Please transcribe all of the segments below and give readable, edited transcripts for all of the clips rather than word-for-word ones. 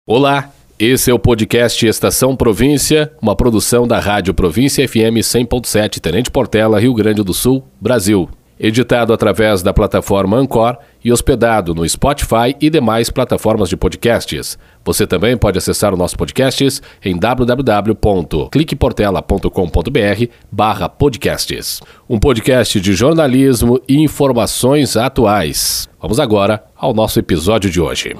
Olá, esse é o podcast Estação Província, uma produção da Rádio Província FM 100.7, Tenente Portela, Rio Grande do Sul, Brasil. Editado através da plataforma Anchor e hospedado no Spotify e demais plataformas de podcasts. Você também pode acessar o nosso podcast em www.cliqueportela.com.br/podcasts. Um podcast de jornalismo e informações atuais. Vamos agora ao nosso episódio de hoje.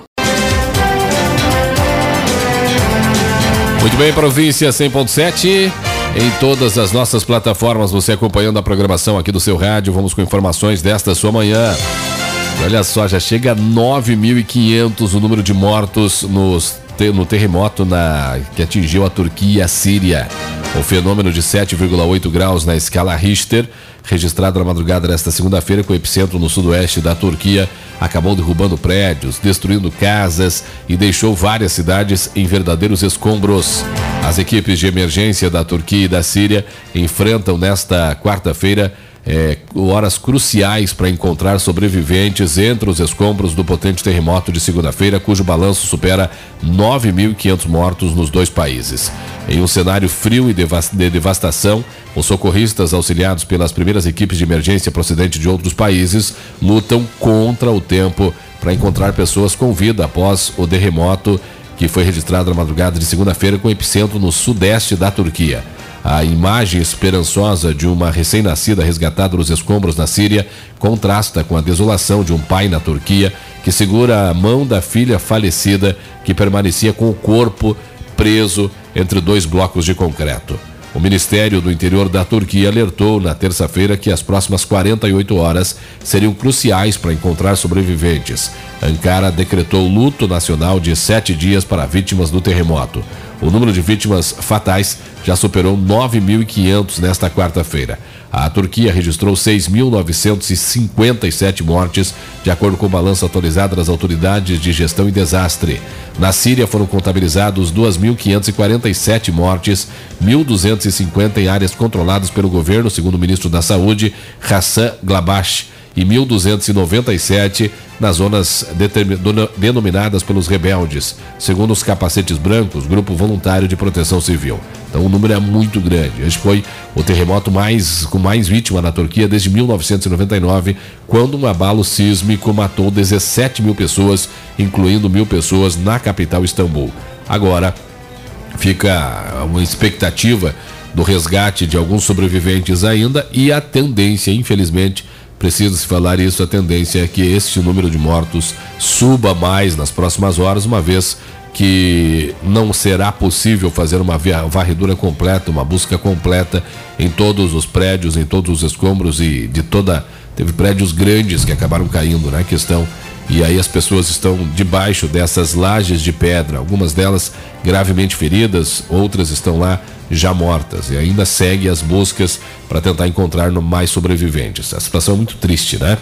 Muito bem, Província 100.7, em todas as nossas plataformas, você acompanhando a programação aqui do seu rádio. Vamos com informações desta sua manhã. Olha só, já chega a 9.500 o número de mortos no terremoto que atingiu a Turquia e a Síria. O fenômeno de 7,8 graus na escala Richter, registrado na madrugada desta segunda-feira com epicentro no sudoeste da Turquia, acabou derrubando prédios, destruindo casas e deixou várias cidades em verdadeiros escombros. As equipes de emergência da Turquia e da Síria enfrentam nesta quarta-feira horas cruciais para encontrar sobreviventes entre os escombros do potente terremoto de segunda-feira, cujo balanço supera 9.500 mortos nos dois países. Em um cenário frio e de devastação, os socorristas, auxiliados pelas primeiras equipes de emergência procedentes de outros países, lutam contra o tempo para encontrar pessoas com vida após o terremoto que foi registrado na madrugada de segunda-feira com epicentro no sudeste da Turquia. A imagem esperançosa de uma recém-nascida resgatada nos escombros na Síria contrasta com a desolação de um pai na Turquia que segura a mão da filha falecida que permanecia com o corpo preso entre dois blocos de concreto. O Ministério do Interior da Turquia alertou na terça-feira que as próximas 48 horas seriam cruciais para encontrar sobreviventes. Ankara decretou luto nacional de 7 dias para vítimas do terremoto. O número de vítimas fatais já superou 9.500 nesta quarta-feira. A Turquia registrou 6.957 mortes, de acordo com o balanço atualizado das autoridades de gestão e desastre. Na Síria foram contabilizados 2.547 mortes, 1.250 em áreas controladas pelo governo, segundo o ministro da Saúde, Hassan Glabash, e 1.297 nas zonas denominadas pelos rebeldes, segundo os Capacetes Brancos, grupo voluntário de proteção civil. Então o número é muito grande. Este foi o terremoto com mais vítimas na Turquia desde 1999, quando um abalo sísmico matou 17 mil pessoas, incluindo 1.000 pessoas na capital Istambul. Agora fica uma expectativa do resgate de alguns sobreviventes ainda e a tendência, infelizmente, precisa-se falar isso, a tendência é que este número de mortos suba mais nas próximas horas, uma vez que não será possível fazer uma varredura completa, uma busca completa em todos os prédios, em todos os escombros teve prédios grandes que acabaram caindo, né, e aí as pessoas estão debaixo dessas lajes de pedra, algumas delas gravemente feridas, outras estão lá já mortas, e ainda segue as buscas para tentar encontrar mais sobreviventes. A situação é muito triste, né?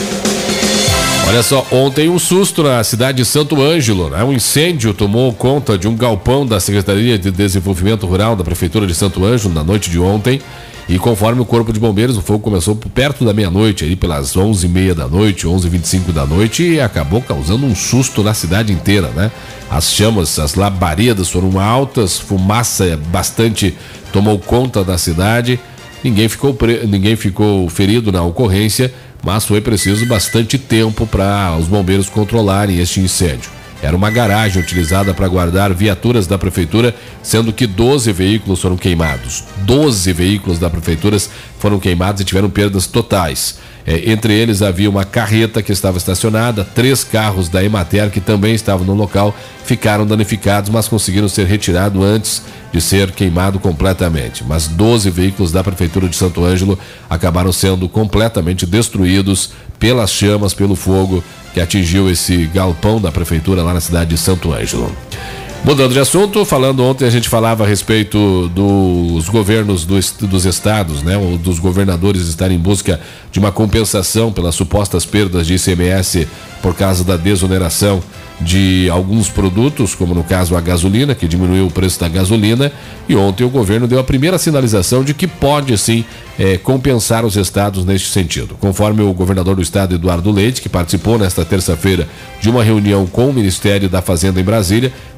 Olha só, ontem um susto na cidade de Santo Ângelo, né? Um incêndio tomou conta de um galpão da Secretaria de Desenvolvimento Rural da Prefeitura de Santo Ângelo na noite de ontem. E conforme o Corpo de Bombeiros, o fogo começou perto da meia-noite, aí pelas 11h30 da noite, 11h25 da noite, e acabou causando um susto na cidade inteira, né? As chamas, as labaredas foram altas, fumaça bastante tomou conta da cidade. Ninguém ficou ferido na ocorrência, mas foi preciso bastante tempo para os bombeiros controlarem este incêndio. Era uma garagem utilizada para guardar viaturas da prefeitura, sendo que 12 veículos foram queimados. 12 veículos da prefeitura foram queimados e tiveram perdas totais. Entre eles havia uma carreta que estava estacionada, 3 carros da Emater que também estavam no local, ficaram danificados, mas conseguiram ser retirados antes de ser queimado completamente. Mas 12 veículos da Prefeitura de Santo Ângelo acabaram sendo completamente destruídos pelas chamas, pelo fogo que atingiu esse galpão da Prefeitura lá na cidade de Santo Ângelo. Mudando de assunto, ontem a gente falava a respeito dos governos dos estados, né? Dos governadores estarem em busca de uma compensação pelas supostas perdas de ICMS por causa da desoneração de alguns produtos, como no caso a gasolina, que diminuiu o preço da gasolina, e ontem o governo deu a primeira sinalização de que pode sim compensar os estados neste sentido. Conforme o governador do estado, Eduardo Leite, que participou nesta terça-feira de uma reunião com o Ministério da Fazenda em Brasília,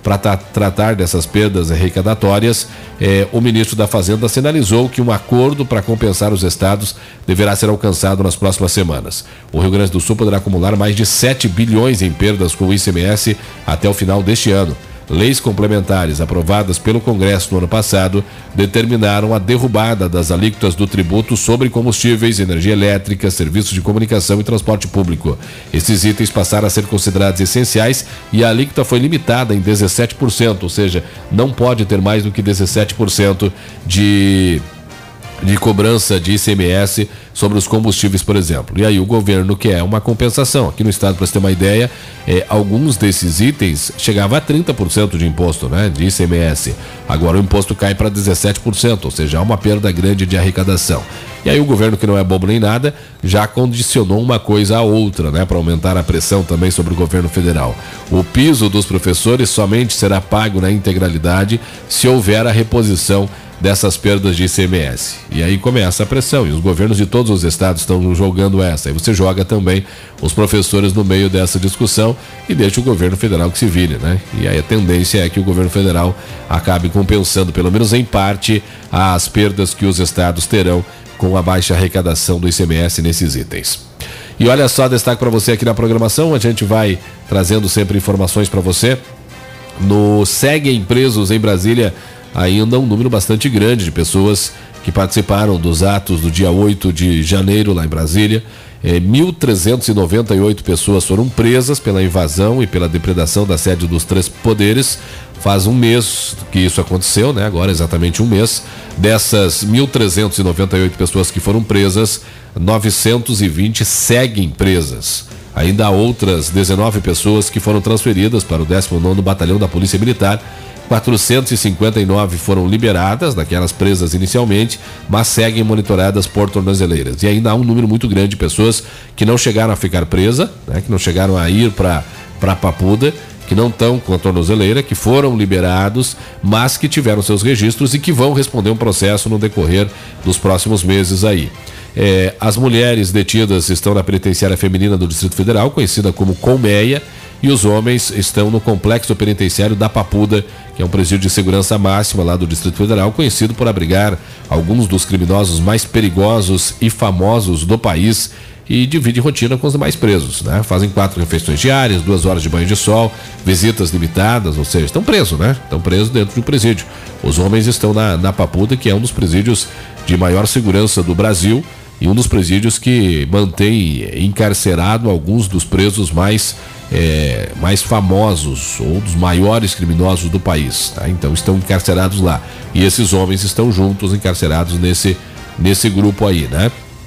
para tratar dessas perdas arrecadatórias, o ministro da Fazenda sinalizou que um acordo para compensar os estados deverá ser alcançado nas próximas semanas. O Rio Grande do Sul poderá acumular mais de 7 bilhões em perdas com o ICMS até o final deste ano. Leis complementares aprovadas pelo Congresso no ano passado determinaram a derrubada das alíquotas do tributo sobre combustíveis, energia elétrica, serviços de comunicação e transporte público. Esses itens passaram a ser considerados essenciais e a alíquota foi limitada em 17%, ou seja, não pode ter mais do que 17% de cobrança de ICMS sobre os combustíveis, por exemplo. E aí o governo quer uma compensação. Aqui no estado, para você ter uma ideia, alguns desses itens chegavam a 30% de imposto, né, de ICMS. Agora o imposto cai para 17%, ou seja, há uma perda grande de arrecadação. E aí o governo, que não é bobo nem nada, já condicionou uma coisa à outra, né, para aumentar a pressão também sobre o governo federal. O piso dos professores somente será pago na integralidade se houver a reposição dessas perdas de ICMS. E aí começa a pressão, e os governos de todos os estados estão jogando essa. Aí você joga também os professores no meio dessa discussão e deixa o governo federal que se vire, né? E aí a tendência é que o governo federal acabe compensando, pelo menos em parte, as perdas que os estados terão com a baixa arrecadação do ICMS nesses itens. E olha só, destaque para você aqui na programação, a gente vai trazendo sempre informações para você. No Seguem Presos em Brasília, ainda um número bastante grande de pessoas que participaram dos atos do dia 8 de janeiro lá em Brasília. 1.398 pessoas foram presas pela invasão e pela depredação da sede dos três poderes. Faz um mês que isso aconteceu, né? Agora exatamente um mês. Dessas 1.398 pessoas que foram presas, 920 seguem presas. Ainda há outras 19 pessoas que foram transferidas para o 19º Batalhão da Polícia Militar. 459 foram liberadas, daquelas presas inicialmente, mas seguem monitoradas por tornozeleiras. E ainda há um número muito grande de pessoas que não chegaram a ficar presa, né, que não chegaram a ir para Papuda, que não estão com a tornozeleira, que foram liberados, mas que tiveram seus registros e que vão responder um processo no decorrer dos próximos meses aí. As mulheres detidas estão na penitenciária feminina do Distrito Federal, conhecida como Colmeia, e os homens estão no complexo penitenciário da Papuda, que é um presídio de segurança máxima lá do Distrito Federal, conhecido por abrigar alguns dos criminosos mais perigosos e famosos do país, e divide rotina com os demais presos, né? Fazem 4 refeições diárias, 2 horas de banho de sol, visitas limitadas, ou seja, estão presos, né? Estão presos dentro do presídio. Os homens estão na Papuda, que é um dos presídios de maior segurança do Brasil e um dos presídios que mantém encarcerado alguns dos presos mais famosos ou dos maiores criminosos do país, tá? Então estão encarcerados lá. E esses homens estão juntos, encarcerados nesse grupo aí, né?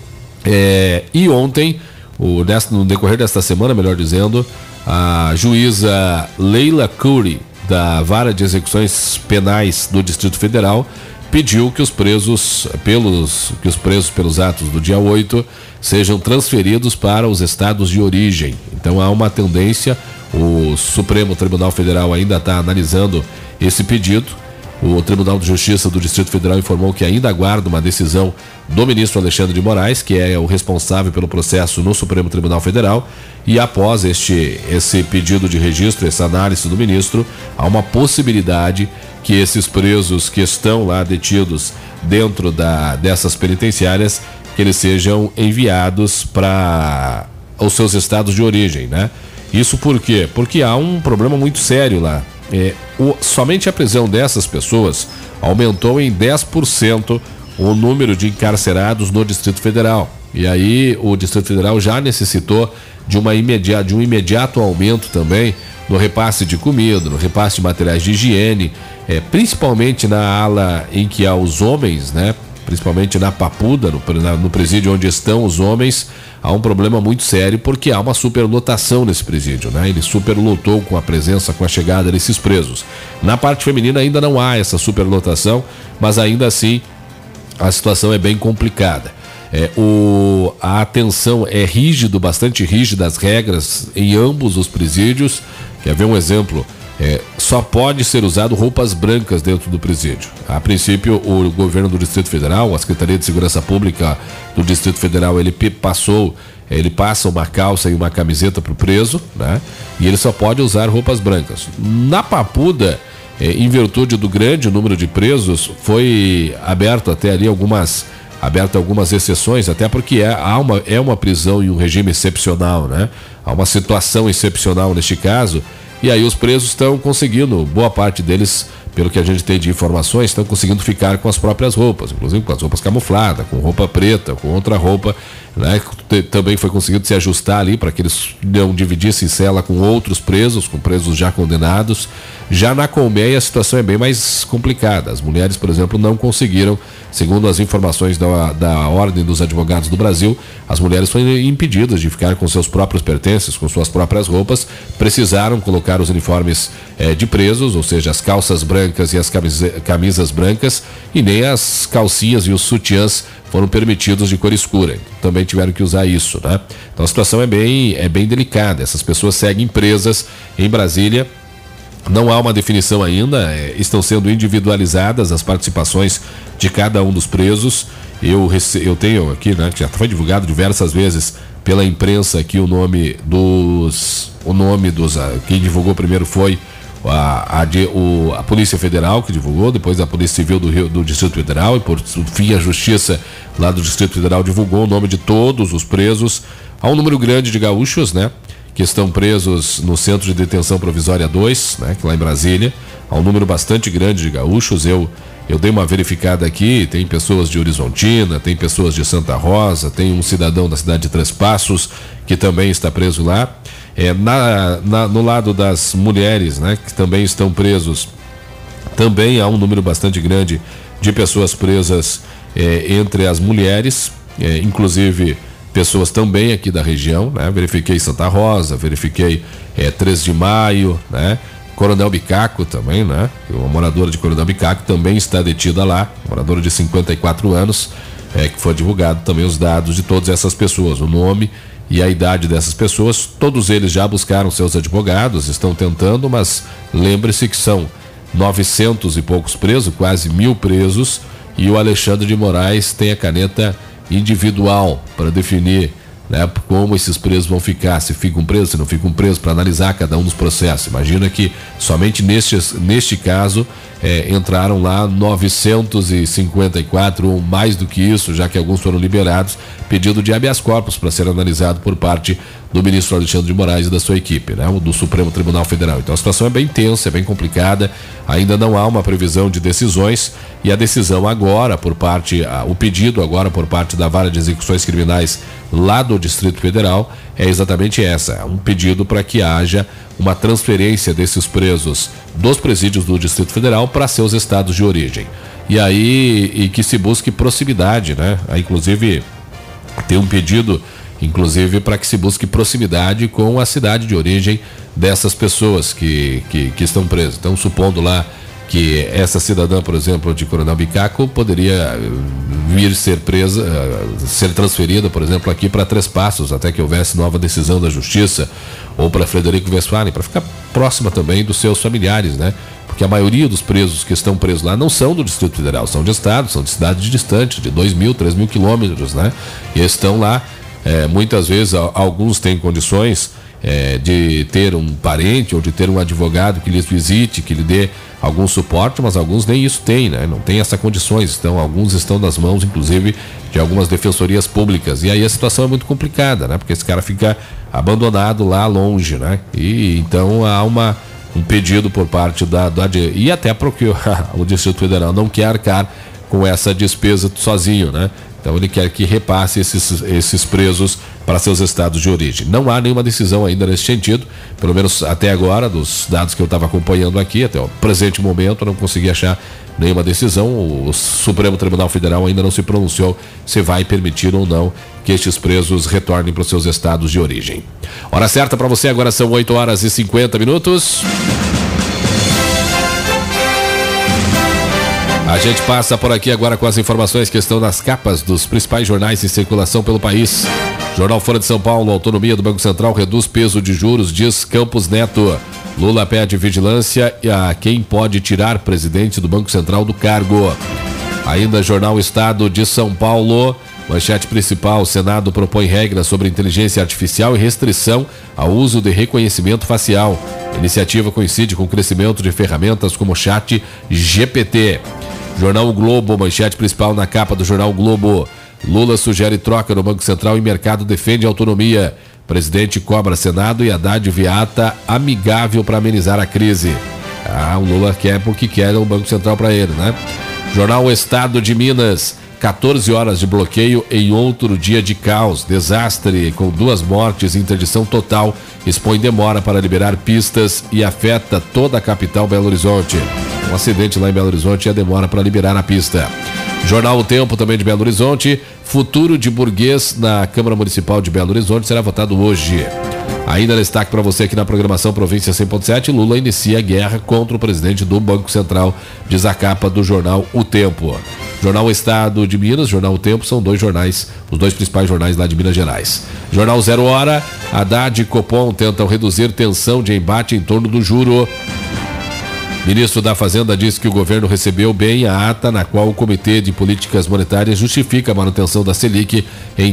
E ontem, no decorrer desta semana, melhor dizendo, a juíza Leila Curry, da Vara de Execuções Penais do Distrito Federal, pediu que os presos pelos atos do dia 8 sejam transferidos para os estados de origem. Então há uma tendência, o Supremo Tribunal Federal ainda está analisando esse pedido. O Tribunal de Justiça do Distrito Federal informou que ainda aguarda uma decisão do ministro Alexandre de Moraes, que é o responsável pelo processo no Supremo Tribunal Federal, e após esse pedido de registro, essa análise do ministro, há uma possibilidade que esses presos que estão lá detidos dentro dessas penitenciárias, que eles sejam enviados para os seus estados de origem, né? Isso por quê? Porque há um problema muito sério lá. Somente a prisão dessas pessoas aumentou em 10% o número de encarcerados no Distrito Federal. E aí o Distrito Federal já necessitou de um imediato aumento também no repasse de comida, no repasse de materiais de higiene, principalmente na ala em que há os homens, né? Principalmente na Papuda, no presídio onde estão os homens, há um problema muito sério porque há uma superlotação nesse presídio, né? Ele superlotou com a presença, com a chegada desses presos. Na parte feminina ainda não há essa superlotação, mas ainda assim a situação é bem complicada. A atenção é bastante rígida as regras em ambos os presídios. Quer ver um exemplo? Só pode ser usado roupas brancas dentro do presídio. A princípio, o governo do Distrito Federal, a Secretaria de Segurança Pública do Distrito Federal, ele passou ele passa uma calça e uma camiseta para o preso, né? E ele só pode usar roupas brancas. Na Papuda, em virtude do grande número de presos, foi aberto até ali algumas exceções, até porque é uma prisão em um regime excepcional, né? Há uma situação excepcional neste caso, e aí os presos estão conseguindo, boa parte deles, pelo que a gente tem de informações, estão conseguindo ficar com as próprias roupas, inclusive com as roupas camufladas, com roupa preta, com outra roupa, né? Também foi conseguido se ajustar ali para que eles não dividissem cela com outros presos, com presos já condenados. Já na Colmeia a situação é bem mais complicada. As mulheres, por exemplo, não conseguiram, segundo as informações da Ordem dos Advogados do Brasil, as mulheres foram impedidas de ficar com seus próprios pertences, com suas próprias roupas, precisaram colocar os uniformes de presos, ou seja, as calças brancas e as camisas brancas, e nem as calcinhas e os sutiãs foram permitidos de cor escura. Também tiveram que usar isso, né? Então a situação é bem delicada. Essas pessoas seguem presas em Brasília. Não há uma definição ainda, estão sendo individualizadas as participações de cada um dos presos. Eu tenho aqui, né, que já foi divulgado diversas vezes pela imprensa aqui o nome dos quem divulgou primeiro foi a Polícia Federal, que divulgou, depois a Polícia Civil do Distrito Federal, e por fim a Justiça lá do Distrito Federal divulgou o nome de todos os presos. Há um número grande de gaúchos, né, que estão presos no Centro de Detenção Provisória 2, né, que lá em Brasília. Há um número bastante grande de gaúchos. Eu dei uma verificada aqui, tem pessoas de Horizontina, tem pessoas de Santa Rosa, tem um cidadão da cidade de Três Passos que também está preso lá. No lado das mulheres, né, que também estão presos, também há um número bastante grande de pessoas presas entre as mulheres, inclusive pessoas também aqui da região, né? Verifiquei Santa Rosa, verifiquei 3 de Maio, né? Coronel Bicaco também, né? Uma moradora de Coronel Bicaco também está detida lá, moradora de 54 anos, que foi divulgado também os dados de todas essas pessoas, o nome e a idade dessas pessoas. Todos eles já buscaram seus advogados, estão tentando, mas lembre-se que são 900 e poucos presos, quase 1.000 presos, e o Alexandre de Moraes tem a caneta individual para definir, né, como esses presos vão ficar, se ficam presos, se não ficam presos, para analisar cada um dos processos. Imagina que somente neste caso entraram lá 954 ou mais do que isso, já que alguns foram liberados, pedido de habeas corpus para ser analisado por parte do ministro Alexandre de Moraes e da sua equipe, né, do Supremo Tribunal Federal. Então a situação é bem tensa, é bem complicada, ainda não há uma previsão de decisões, e a decisão agora o pedido agora por parte da Vara de Execuções Criminais lá do Distrito Federal é exatamente essa, um pedido para que haja uma transferência desses presos dos presídios do Distrito Federal para seus estados de origem. E que se busque proximidade, né? Inclusive tem um pedido, inclusive, para que se busque proximidade com a cidade de origem dessas pessoas que estão presas. Então, supondo lá que essa cidadã, por exemplo, de Coronel Bicaco, poderia vir ser presa, ser transferida, por exemplo, aqui para Três Passos, até que houvesse nova decisão da Justiça, ou para Frederico Westphalen, para ficar próxima também dos seus familiares, né? Porque a maioria dos presos que estão presos lá não são do Distrito Federal, são de estados, são de cidades distantes, de 2.000, 3.000 quilômetros, né? E estão lá, muitas vezes, alguns têm condições de ter um parente ou de ter um advogado que lhes visite, que lhe dê algum suporte, mas alguns nem isso têm, né? Não tem essas condições. Então, alguns estão nas mãos, inclusive, de algumas defensorias públicas. E aí a situação é muito complicada, né? Porque esse cara fica abandonado lá longe, né? E então há um pedido por parte e até porque o Distrito Federal não quer arcar com essa despesa sozinho, né? Então ele quer que repasse esses presos para seus estados de origem. Não há nenhuma decisão ainda nesse sentido, pelo menos até agora, dos dados que eu estava acompanhando aqui, até o presente momento, eu não consegui achar nenhuma decisão. O Supremo Tribunal Federal ainda não se pronunciou se vai permitir ou não que estes presos retornem para os seus estados de origem. Hora certa para você, agora são 8h50. A gente passa por aqui agora com as informações que estão nas capas dos principais jornais em circulação pelo país. Jornal Folha de São Paulo: autonomia do Banco Central reduz peso de juros, diz Campos Neto. Lula pede vigilância a quem pode tirar presidente do Banco Central do cargo. Ainda Jornal Estado de São Paulo: Manchete principal: o Senado propõe regras sobre inteligência artificial e restrição ao uso de reconhecimento facial. A iniciativa coincide com o crescimento de ferramentas como o Chat GPT. Jornal o Globo, manchete principal na capa do Jornal o Globo: Lula sugere troca no Banco Central e mercado defende autonomia. Presidente cobra Senado e Haddad via ata amigável para amenizar a crise. O Lula quer porque quer o Banco Central para ele, né? Jornal o Estado de Minas: 14 horas de bloqueio em outro dia de caos. Desastre com 2 mortes e interdição total expõe demora para liberar pistas e afeta toda a capital Belo Horizonte. Um acidente lá em Belo Horizonte e a demora para liberar a pista. Jornal O Tempo, também de Belo Horizonte: futuro de burguês na Câmara Municipal de Belo Horizonte será votado hoje. Ainda destaque para você aqui na programação Província 100.7: Lula inicia a guerra contra o presidente do Banco Central, diz a capa do Jornal O Tempo. Jornal O Estado de Minas, Jornal O Tempo, são 2 jornais, os 2 principais jornais lá de Minas Gerais. Jornal 0 Hora: Haddad e Copom tentam reduzir tensão de embate em torno do juro. Ministro da Fazenda disse que o governo recebeu bem a ata na qual o Comitê de Políticas Monetárias justifica a manutenção da Selic em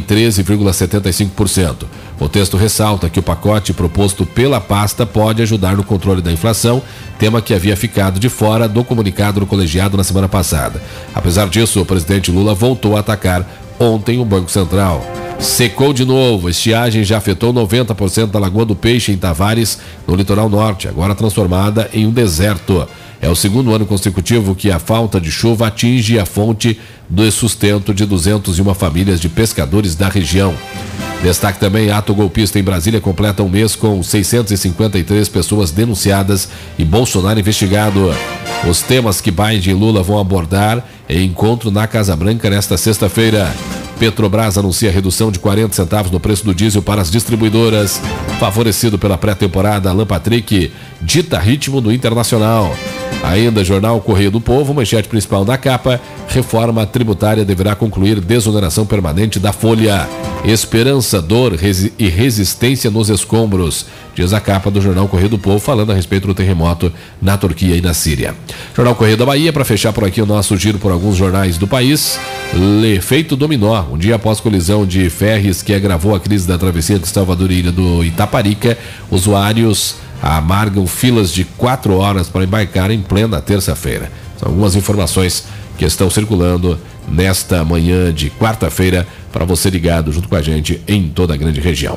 13,75%. O texto ressalta que o pacote proposto pela pasta pode ajudar no controle da inflação, tema que havia ficado de fora do comunicado do colegiado na semana passada. Apesar disso, o presidente Lula voltou a atacar ontem o Banco Central. Secou de novo. Estiagem já afetou 90% da Lagoa do Peixe, em Tavares, no litoral norte, agora transformada em um deserto. É o 2º ano consecutivo que a falta de chuva atinge a fonte do sustento de 201 famílias de pescadores da região. Destaque também: ato golpista em Brasília completa um mês com 653 pessoas denunciadas e Bolsonaro investigado. Os temas que Biden e Lula vão abordar em encontro na Casa Branca nesta sexta-feira. Petrobras anuncia redução de 40 centavos no preço do diesel para as distribuidoras. Favorecido pela pré-temporada, Alan Patrick dita ritmo do Internacional. Ainda Jornal Correio do Povo, manchete principal da capa: reforma tributária deverá concluir desoneração permanente da folha. Esperança, dor e resistência nos escombros, diz a capa do Jornal Correio do Povo, falando a respeito do terremoto na Turquia e na Síria. Jornal Correio da Bahia, para fechar por aqui o nosso giro por alguns jornais do país. Efeito dominó: um dia após colisão de ferries que agravou a crise da travessia de Salvador e Ilha do Itaparica, usuários amargam filas de 4 horas para embarcar em plena terça-feira. São algumas informações que estão circulando nesta manhã de quarta-feira para você ligado junto com a gente em toda a grande região.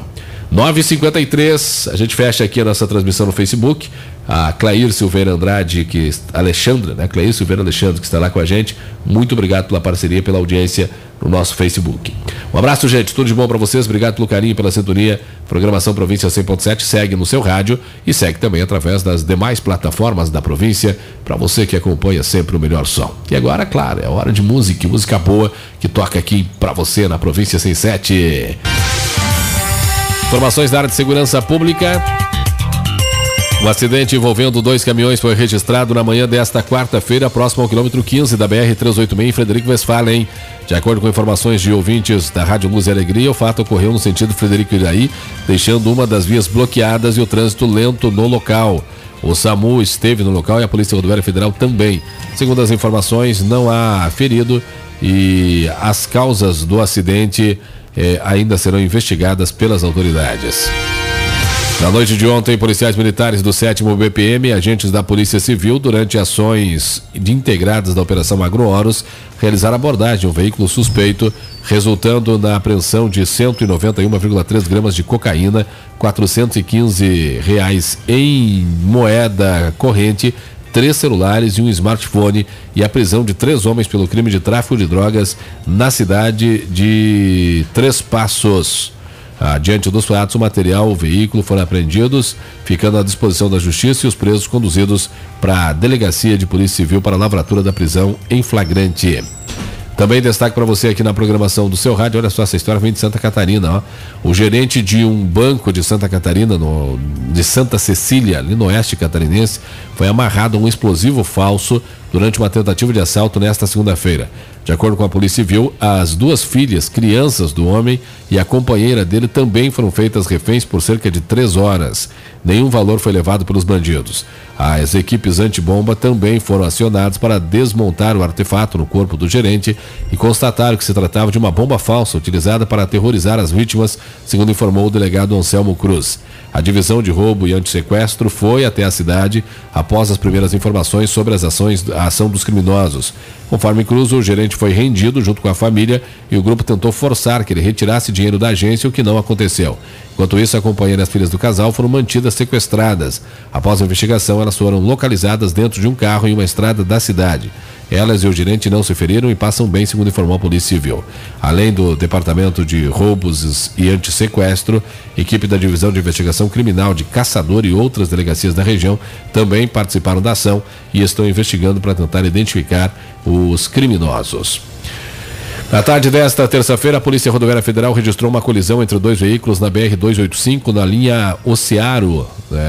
9h53, a gente fecha aqui a nossa transmissão no Facebook. A Clair Silveira Andrade, Clair Silveira Alexandre, que está lá com a gente. Muito obrigado pela parceria, pela audiência no nosso Facebook. Um abraço, gente, tudo de bom para vocês. Obrigado pelo carinho, pela sintonia. Programação Província 100.7 segue no seu rádio e segue também através das demais plataformas da província, para você que acompanha sempre o melhor som. E agora, claro, é hora de música boa que toca aqui para você na Província 107. Informações da área de segurança pública. Um acidente envolvendo 2 caminhões foi registrado na manhã desta quarta-feira, próximo ao quilômetro 15 da BR-386 em Frederico Westphalen. De acordo com informações de ouvintes da Rádio Luz e Alegria, o fato ocorreu no sentido Frederico Iraí, deixando uma das vias bloqueadas e o trânsito lento no local. O SAMU esteve no local e a Polícia Rodoviária Federal também. Segundo as informações, não há ferido e as causas do acidente ainda serão investigadas pelas autoridades. Na noite de ontem, policiais militares do 7º BPM e agentes da Polícia Civil, durante ações integradas da Operação Agrohoros, realizaram abordagem de um veículo suspeito, resultando na apreensão de 191,3 gramas de cocaína, R$415 em moeda corrente, 3 celulares e um smartphone, e a prisão de 3 homens pelo crime de tráfico de drogas na cidade de Três Passos. Diante dos fatos, o material, o veículo foram apreendidos, ficando à disposição da Justiça, e os presos conduzidos para a Delegacia de Polícia Civil para a lavratura da prisão em flagrante. Também destaque para você aqui na programação do seu rádio. Olha só, essa história vem de Santa Catarina, ó. O gerente de um banco de Santa Catarina, de Santa Cecília, ali no oeste catarinense, foi amarrado a um explosivo falso durante uma tentativa de assalto nesta segunda-feira. De acordo com a Polícia Civil, as duas filhas, crianças do homem, e a companheira dele também foram feitas reféns por cerca de 3 horas. Nenhum valor foi levado pelos bandidos. As equipes antibomba também foram acionadas para desmontar o artefato no corpo do gerente e constataram que se tratava de uma bomba falsa utilizada para aterrorizar as vítimas, segundo informou o delegado Anselmo Cruz. A divisão de roubo e antissequestro foi até a cidade após as primeiras informações sobre a ação dos criminosos. Conforme Cruz, o gerente foi rendido junto com a família e o grupo tentou forçar que ele retirasse dinheiro da agência, o que não aconteceu. Enquanto isso, a companheira e as filhas do casal foram mantidas sequestradas. Após a investigação, elas foram localizadas dentro de um carro em uma estrada da cidade. Elas e o gerente não se feriram e passam bem, segundo informou a Polícia Civil. Além do Departamento de Roubos e Antissequestro, equipe da Divisão de Investigação Criminal de Caçador e outras delegacias da região também participaram da ação e estão investigando para tentar identificar os criminosos. Na tarde desta terça-feira, a Polícia Rodoviária Federal registrou uma colisão entre 2 veículos na BR-285, na linha Ocearo,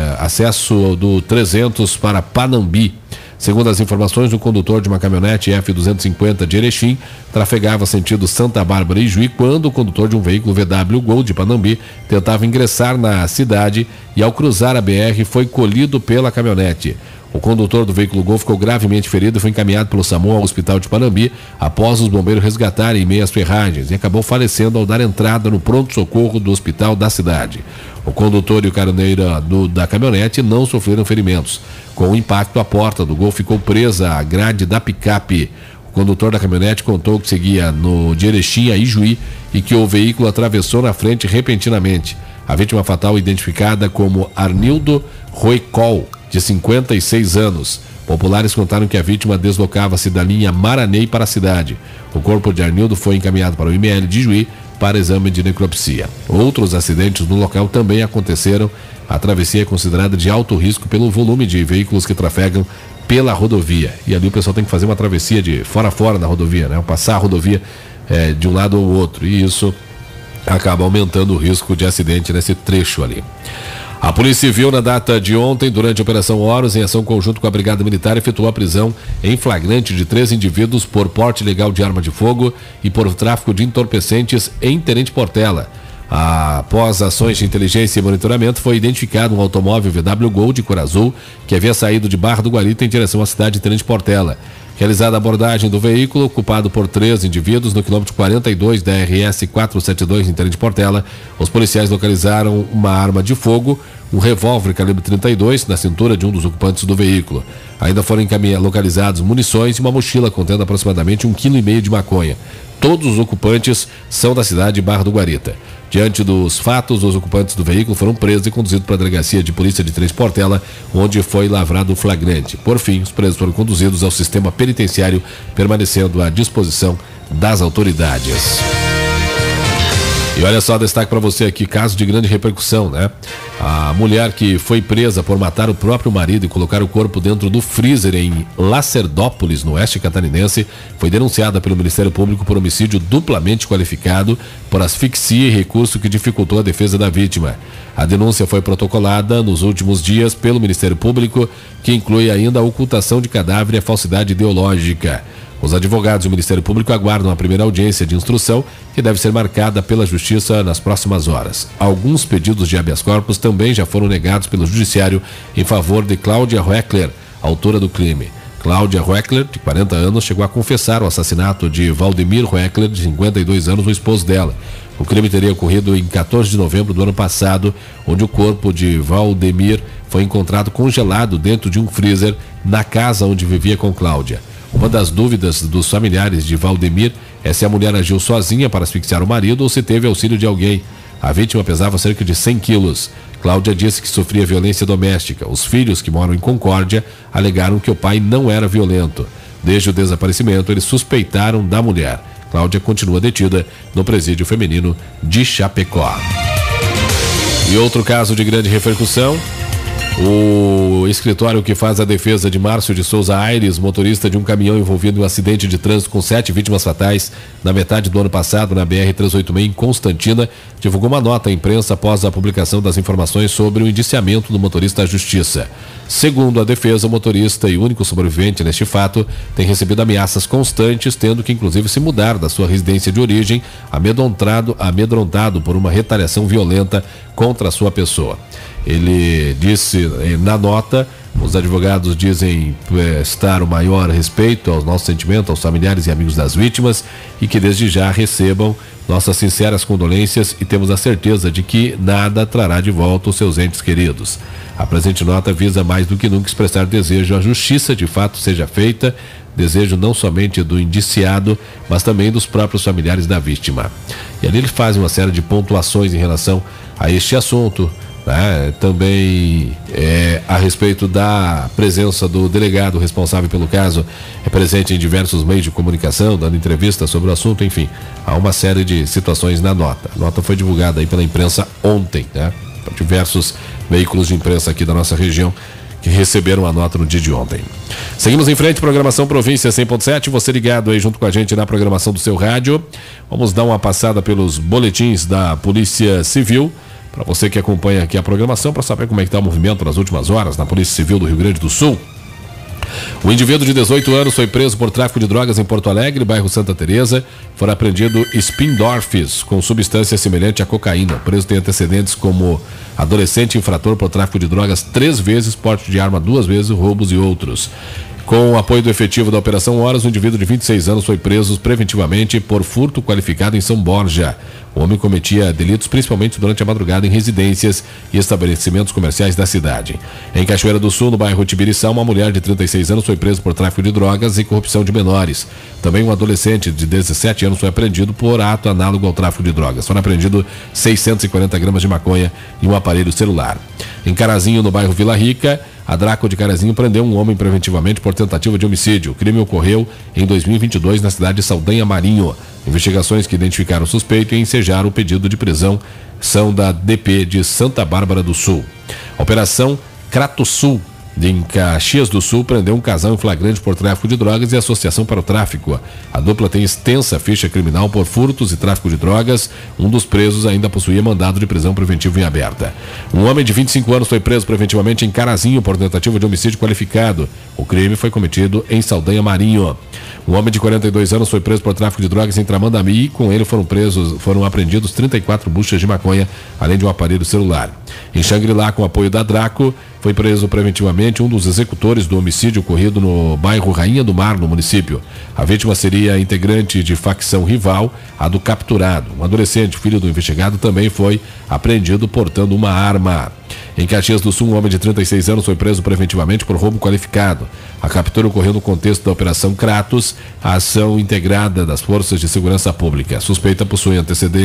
acesso do 300 para Panambi. Segundo as informações, o condutor de uma caminhonete F250 de Erechim trafegava sentido Santa Bárbara e Juí quando o condutor de um veículo VW Gol de Panambi tentava ingressar na cidade e, ao cruzar a BR, foi colhido pela caminhonete. O condutor do veículo Gol ficou gravemente ferido e foi encaminhado pelo SAMU ao hospital de Panambi após os bombeiros resgatarem em meio às ferragens e acabou falecendo ao dar entrada no pronto-socorro do hospital da cidade. O condutor e o caroneiro da caminhonete não sofreram ferimentos. Com o impacto, a porta do Gol ficou presa à grade da picape. O condutor da caminhonete contou que seguia de Erechim a Ijuí e que o veículo atravessou na frente repentinamente. A vítima fatal, identificada como Arnildo Roicol, de 56 anos. Populares contaram que a vítima deslocava-se da linha Maranhão para a cidade. O corpo de Arnildo foi encaminhado para o IML de Juí para exame de necropsia. Outros acidentes no local também aconteceram. A travessia é considerada de alto risco pelo volume de veículos que trafegam pela rodovia. E ali o pessoal tem que fazer uma travessia de fora a fora na rodovia, né? Passar a rodovia de um lado ao outro. E isso acaba aumentando o risco de acidente nesse trecho ali. A Polícia Civil, na data de ontem, durante a Operação Horus, em ação conjunto com a Brigada Militar, efetuou a prisão em flagrante de 3 indivíduos por porte ilegal de arma de fogo e por tráfico de entorpecentes em Tenente Portela. Após ações de inteligência e monitoramento, foi identificado um automóvel VW Gol de cor azul que havia saído de Barra do Guarita em direção à cidade de Tenente Portela. Realizada a abordagem do veículo, ocupado por 3 indivíduos no quilômetro 42 da RS 472 em Tenente Portela, os policiais localizaram uma arma de fogo, um revólver calibre 32 na cintura de um dos ocupantes do veículo. Ainda foram localizados munições e uma mochila contendo aproximadamente 1,5 kg de maconha. Todos os ocupantes são da cidade de Barra do Guarita. Diante dos fatos, os ocupantes do veículo foram presos e conduzidos para a Delegacia de Polícia de Tenente Portela, onde foi lavrado o flagrante. Por fim, os presos foram conduzidos ao sistema penitenciário, permanecendo à disposição das autoridades. E olha só, destaque para você aqui, caso de grande repercussão, né? A mulher que foi presa por matar o próprio marido e colocar o corpo dentro do freezer em Lacerdópolis, no oeste catarinense, foi denunciada pelo Ministério Público por homicídio duplamente qualificado por asfixia e recurso que dificultou a defesa da vítima. A denúncia foi protocolada nos últimos dias pelo Ministério Público, que inclui ainda a ocultação de cadáver e a falsidade ideológica. Os advogados do Ministério Público aguardam a primeira audiência de instrução, que deve ser marcada pela Justiça nas próximas horas. Alguns pedidos de habeas corpus também já foram negados pelo Judiciário em favor de Cláudia Roeckler, autora do crime. Cláudia Roeckler, de 40 anos, chegou a confessar o assassinato de Valdemir Roeckler, de 52 anos, o esposo dela. O crime teria ocorrido em 14 de novembro do ano passado, onde o corpo de Valdemir foi encontrado congelado dentro de um freezer na casa onde vivia com Cláudia. Uma das dúvidas dos familiares de Valdemir é se a mulher agiu sozinha para asfixiar o marido ou se teve auxílio de alguém. A vítima pesava cerca de 100 quilos. Cláudia disse que sofria violência doméstica. Os filhos, que moram em Concórdia, alegaram que o pai não era violento. Desde o desaparecimento, eles suspeitaram da mulher. Cláudia continua detida no presídio feminino de Chapecó. E outro caso de grande repercussão. O escritório que faz a defesa de Márcio de Souza Aires, motorista de um caminhão envolvido em um acidente de trânsito com 7 vítimas fatais na metade do ano passado na BR-386 em Constantina, divulgou uma nota à imprensa após a publicação das informações sobre o indiciamento do motorista à justiça. Segundo a defesa, o motorista e único sobrevivente neste fato tem recebido ameaças constantes, tendo que inclusive se mudar da sua residência de origem, amedrontado por uma retaliação violenta contra a sua pessoa. Ele disse na nota, os advogados dizem prestar o maior respeito aos nossos sentimentos, aos familiares e amigos das vítimas e que desde já recebam nossas sinceras condolências e temos a certeza de que nada trará de volta os seus entes queridos. A presente nota visa mais do que nunca expressar desejo a justiça de fato seja feita, desejo não somente do indiciado, mas também dos próprios familiares da vítima. E ali ele faz uma série de pontuações em relação a este assunto. Também a respeito da presença do delegado responsável pelo caso, é presente em diversos meios de comunicação, dando entrevistas sobre o assunto, enfim, há uma série de situações na nota. A nota foi divulgada aí pela imprensa ontem, por diversos veículos de imprensa aqui da nossa região que receberam a nota no dia de ontem. Seguimos em frente, programação Província 100.7, você ligado aí junto com a gente na programação do seu rádio. Vamos dar uma passada pelos boletins da Polícia Civil, para você que acompanha aqui a programação, para saber como é que está o movimento nas últimas horas na Polícia Civil do Rio Grande do Sul. O indivíduo de 18 anos foi preso por tráfico de drogas em Porto Alegre, bairro Santa Teresa. Foram apreendidos Spindorfs com substância semelhante à cocaína. O preso tem antecedentes como adolescente infrator por tráfico de drogas 3 vezes, porte de arma 2 vezes, roubos e outros. Com o apoio do efetivo da Operação Horas, o indivíduo de 26 anos foi preso preventivamente por furto qualificado em São Borja. O homem cometia delitos principalmente durante a madrugada em residências e estabelecimentos comerciais da cidade. Em Cachoeira do Sul, no bairro Tibiriçá, uma mulher de 36 anos foi presa por tráfico de drogas e corrupção de menores. Também um adolescente de 17 anos foi apreendido por ato análogo ao tráfico de drogas. Foram apreendidos 640 gramas de maconha e um aparelho celular. Em Carazinho, no bairro Vila Rica, a Draco de Carazinho prendeu um homem preventivamente por tentativa de homicídio. O crime ocorreu em 2022 na cidade de Saldanha Marinho. Investigações que identificaram o suspeito e ensejaram o pedido de prisão são da DP de Santa Bárbara do Sul. A Operação Crato Sul, em Caxias do Sul, prendeu um casal em flagrante por tráfico de drogas e associação para o tráfico. A dupla tem extensa ficha criminal por furtos e tráfico de drogas. Um dos presos ainda possuía mandado de prisão preventivo em aberta. Um homem de 25 anos foi preso preventivamente em Carazinho por tentativa de homicídio qualificado. O crime foi cometido em Saldanha Marinho. Um homem de 42 anos foi preso por tráfico de drogas em Tramandaí e com ele foram apreendidos 34 buchas de maconha, além de um aparelho celular. Em Xangri-Lá, com apoio da Draco, foi preso preventivamente um dos executores do homicídio ocorrido no bairro Rainha do Mar, no município. A vítima seria integrante de facção rival, a do capturado. Um adolescente, filho do investigado, também foi apreendido portando uma arma. Em Caxias do Sul, um homem de 36 anos foi preso preventivamente por roubo qualificado. A captura ocorreu no contexto da Operação Kratos, a ação integrada das Forças de Segurança Pública. O suspeito possui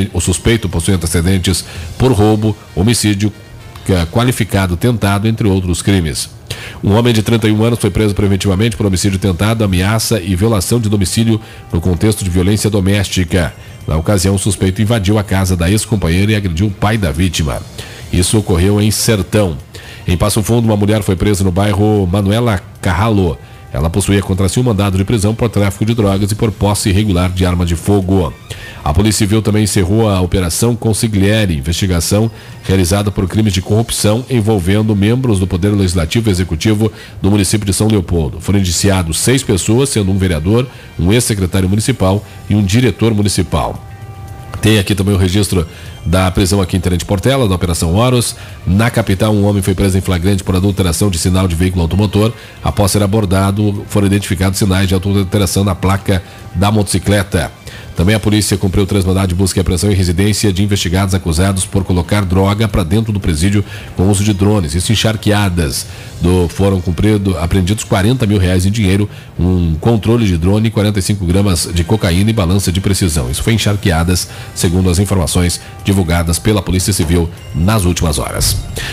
antecedentes por roubo, homicídio qualificado tentado, entre outros crimes. Um homem de 31 anos foi preso preventivamente por homicídio tentado, ameaça e violação de domicílio no contexto de violência doméstica. Na ocasião, o suspeito invadiu a casa da ex-companheira e agrediu o pai da vítima. Isso ocorreu em Sertão. Em Passo Fundo, uma mulher foi presa no bairro Manuela Carralo. Ela possuía contra si um mandado de prisão por tráfico de drogas e por posse irregular de arma de fogo. A Polícia Civil também encerrou a Operação Consigliere, investigação realizada por crimes de corrupção envolvendo membros do Poder Legislativo e Executivo do município de São Leopoldo. Foram indiciados 6 pessoas, sendo um vereador, um ex-secretário municipal e um diretor municipal. Tem aqui também o registro da prisão aqui em Tenente Portela, da Operação Horus. Na capital, um homem foi preso em flagrante por adulteração de sinal de veículo automotor. Após ser abordado, foram identificados sinais de adulteração na placa da motocicleta. Também a polícia cumpriu 3 mandados de busca e apreensão em residência de investigados acusados por colocar droga para dentro do presídio com uso de drones. Isso em Charqueadas. Foram apreendidos R$40 mil em dinheiro, um controle de drone, 45 gramas de cocaína e balança de precisão. Isso foi em Charqueadas, segundo as informações divulgadas pela Polícia Civil nas últimas horas.